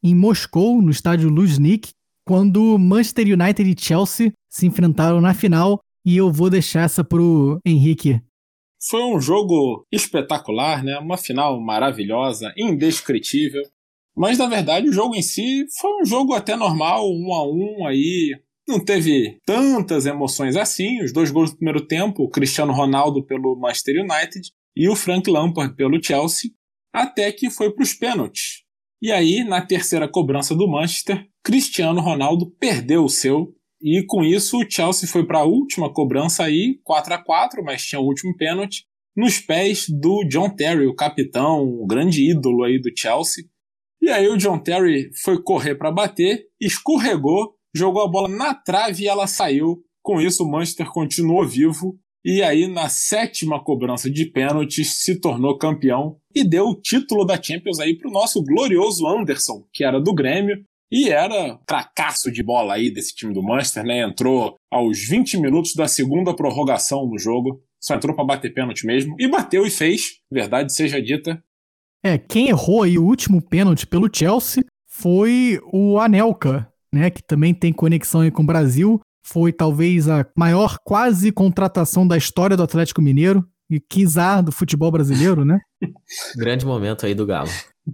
em Moscou, no estádio Luzhniki, quando Manchester United e Chelsea se enfrentaram na final, e eu vou deixar essa pro Henrique. Foi um jogo espetacular, né? Uma final maravilhosa, indescritível. Mas, na verdade, o jogo em si foi um jogo até normal, um a um aí. Não teve tantas emoções assim. Os dois gols do primeiro tempo, o Cristiano Ronaldo pelo Manchester United e o Frank Lampard pelo Chelsea, até que foi para os pênaltis. E aí, na terceira cobrança do Manchester, Cristiano Ronaldo perdeu o seu. E com isso o Chelsea foi para a última cobrança aí, quatro a quatro, mas tinha o último pênalti, nos pés do John Terry, o capitão, o grande ídolo aí do Chelsea. E aí o John Terry foi correr para bater, escorregou, jogou a bola na trave e ela saiu. Com isso o Manchester continuou vivo e aí na sétima cobrança de pênaltis se tornou campeão e deu o título da Champions aí para o nosso glorioso Anderson, que era do Grêmio. E era cracaço de bola aí desse time do Manchester, né? Entrou aos vinte minutos da segunda prorrogação no jogo. Só entrou para bater pênalti mesmo. E bateu e fez, verdade seja dita. É, quem errou aí o último pênalti pelo Chelsea foi o Anelka, né? Que também tem conexão aí com o Brasil. Foi talvez a maior quase contratação da história do Atlético Mineiro. E quizá do futebol brasileiro, né? Grande momento aí do Galo.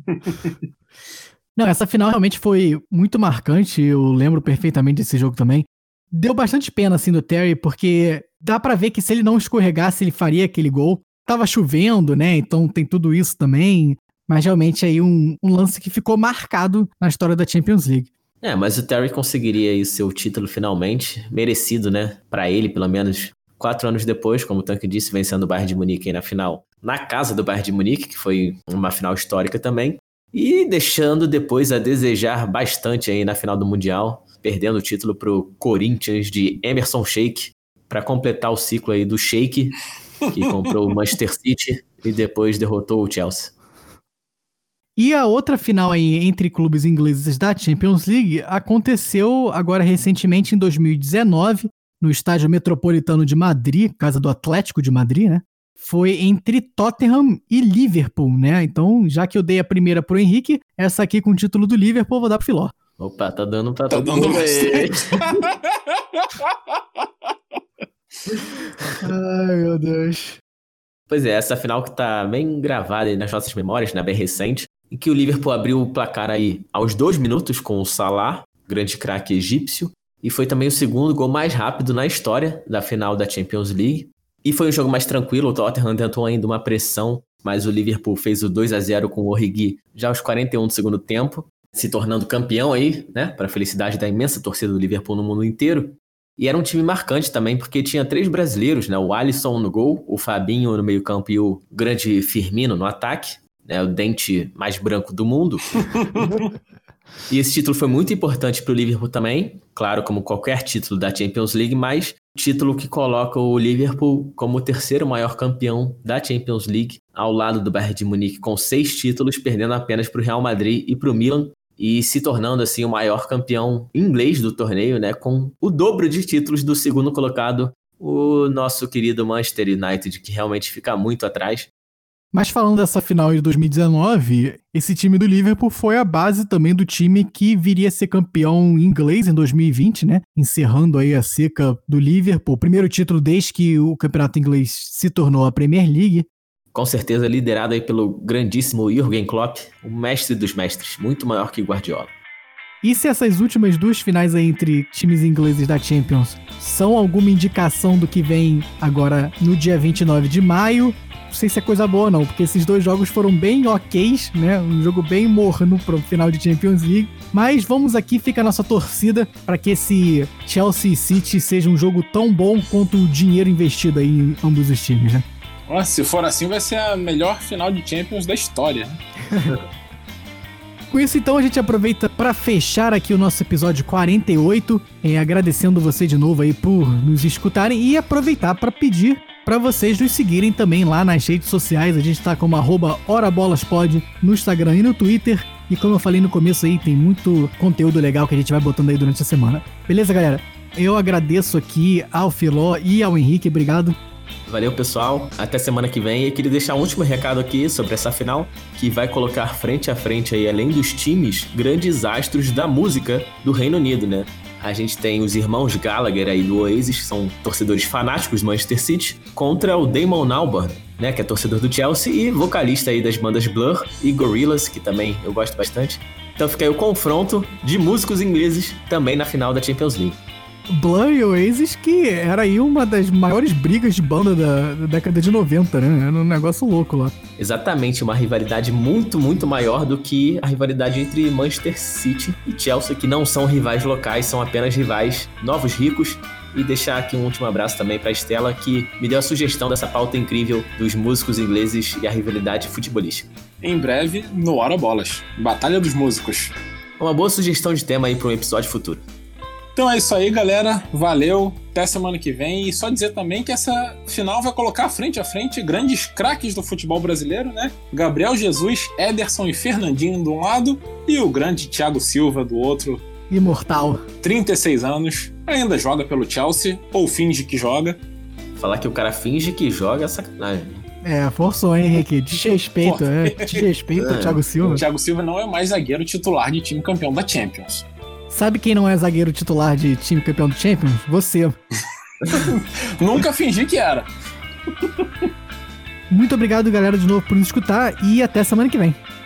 Não, essa final realmente foi muito marcante, eu lembro perfeitamente desse jogo também. Deu bastante pena, assim, do Terry, porque dá pra ver que se ele não escorregasse, ele faria aquele gol. Tava chovendo, né, então tem tudo isso também, mas realmente aí um, um lance que ficou marcado na história da Champions League. É, mas o Terry conseguiria aí o seu título finalmente, merecido, né, pra ele, pelo menos quatro anos depois, como o Tanque disse, vencendo o Bayern de Munique aí na final, na casa do Bayern de Munique, que foi uma final histórica também. E deixando depois a desejar bastante aí na final do Mundial, perdendo o título pro Corinthians de Emerson Sheik, para completar o ciclo aí do Sheik, que comprou o Manchester City e depois derrotou o Chelsea. E a outra final aí entre clubes ingleses da Champions League aconteceu agora recentemente em dois mil e dezenove, no Estádio Metropolitano de Madrid, casa do Atlético de Madrid, né? Foi entre Tottenham e Liverpool, né? Então, já que eu dei a primeira pro Henrique, essa aqui com o título do Liverpool eu vou dar pro Filó. Opa, tá dando pra tá todo dando mundo aí. Ai, meu Deus. Pois é, essa final que tá bem gravada aí nas nossas memórias, né? Bem recente, em que o Liverpool abriu o placar aí aos dois minutos com o Salah, grande craque egípcio, e foi também o segundo gol mais rápido na história da final da Champions League. E foi um jogo mais tranquilo, o Tottenham tentou ainda uma pressão, mas o Liverpool fez o dois a zero com o Origi já aos quarenta e um do segundo tempo, se tornando campeão aí, né, para a felicidade da imensa torcida do Liverpool no mundo inteiro. E era um time marcante também, porque tinha três brasileiros, né, o Alisson no gol, o Fabinho no meio campo e o grande Firmino no ataque, né, o dente mais branco do mundo. E esse título foi muito importante para o Liverpool também, claro, como qualquer título da Champions League, mas título que coloca o Liverpool como o terceiro maior campeão da Champions League, ao lado do Bayern de Munique com seis títulos, perdendo apenas para o Real Madrid e para o Milan, e se tornando assim o maior campeão inglês do torneio, né, com o dobro de títulos do segundo colocado, o nosso querido Manchester United, que realmente fica muito atrás. Mas falando dessa final de dois mil e dezenove, esse time do Liverpool foi a base também do time que viria a ser campeão inglês em dois mil e vinte, né? Encerrando aí a seca do Liverpool. Primeiro título desde que o campeonato inglês se tornou a Premier League. Com certeza liderado aí pelo grandíssimo Jürgen Klopp, o mestre dos mestres, muito maior que Guardiola. E se essas últimas duas finais aí entre times ingleses da Champions são alguma indicação do que vem agora no dia vinte e nove de maio? Não sei se é coisa boa não, porque esses dois jogos foram bem ok's, né? Um jogo bem morno pro final de Champions League. Mas vamos aqui, fica a nossa torcida para que esse Chelsea City seja um jogo tão bom quanto o dinheiro investido aí em ambos os times, né? Nossa, se for assim vai ser a melhor final de Champions da história, né? Com isso, então, a gente aproveita para fechar aqui o nosso episódio quarenta e oito, é, agradecendo você de novo aí por nos escutarem e aproveitar para pedir para vocês nos seguirem também lá nas redes sociais. A gente está como arroba orabolaspod no Instagram e no Twitter. E como eu falei no começo aí, tem muito conteúdo legal que a gente vai botando aí durante a semana. Beleza, galera? Eu agradeço aqui ao Filó e ao Henrique, obrigado. Valeu, pessoal. Até semana que vem. E queria deixar um último recado aqui sobre essa final, que vai colocar frente a frente aí, além dos times, grandes astros da música do Reino Unido, né? A gente tem os irmãos Gallagher aí do Oasis, que são torcedores fanáticos do Manchester City, contra o Damon Albarn, né, que é torcedor do Chelsea e vocalista aí das bandas Blur e Gorillaz, que também eu gosto bastante. Então fica aí o confronto de músicos ingleses também na final da Champions League. Blur e Oasis, que era aí uma das maiores brigas de banda da, da década de noventa, né? Era um negócio louco lá. Exatamente, uma rivalidade muito, muito maior do que a rivalidade entre Manchester City e Chelsea, que não são rivais locais, são apenas rivais novos ricos. E deixar aqui um último abraço também para Estela, que me deu a sugestão dessa pauta incrível dos músicos ingleses e a rivalidade futebolística. Em breve, no Hora Bolas, Batalha dos Músicos. Uma boa sugestão de tema aí para um episódio futuro. Então é isso aí, galera. Valeu. Até semana que vem. E só dizer também que essa final vai colocar frente a frente grandes craques do futebol brasileiro, né? Gabriel Jesus, Ederson e Fernandinho de um lado e o grande Thiago Silva do outro. Imortal. trinta e seis anos. Ainda joga pelo Chelsea, ou finge que joga. Falar que o cara finge que joga é sacanagem. É, forçou, hein, Henrique? Desrespeito, é. Desrespeito ao Thiago Silva. O Thiago Silva não é mais zagueiro titular de time campeão da Champions. Sabe quem não é zagueiro titular de time campeão do Champions? Você. Nunca fingi que era. Muito obrigado, galera, de novo por nos escutar e até semana que vem.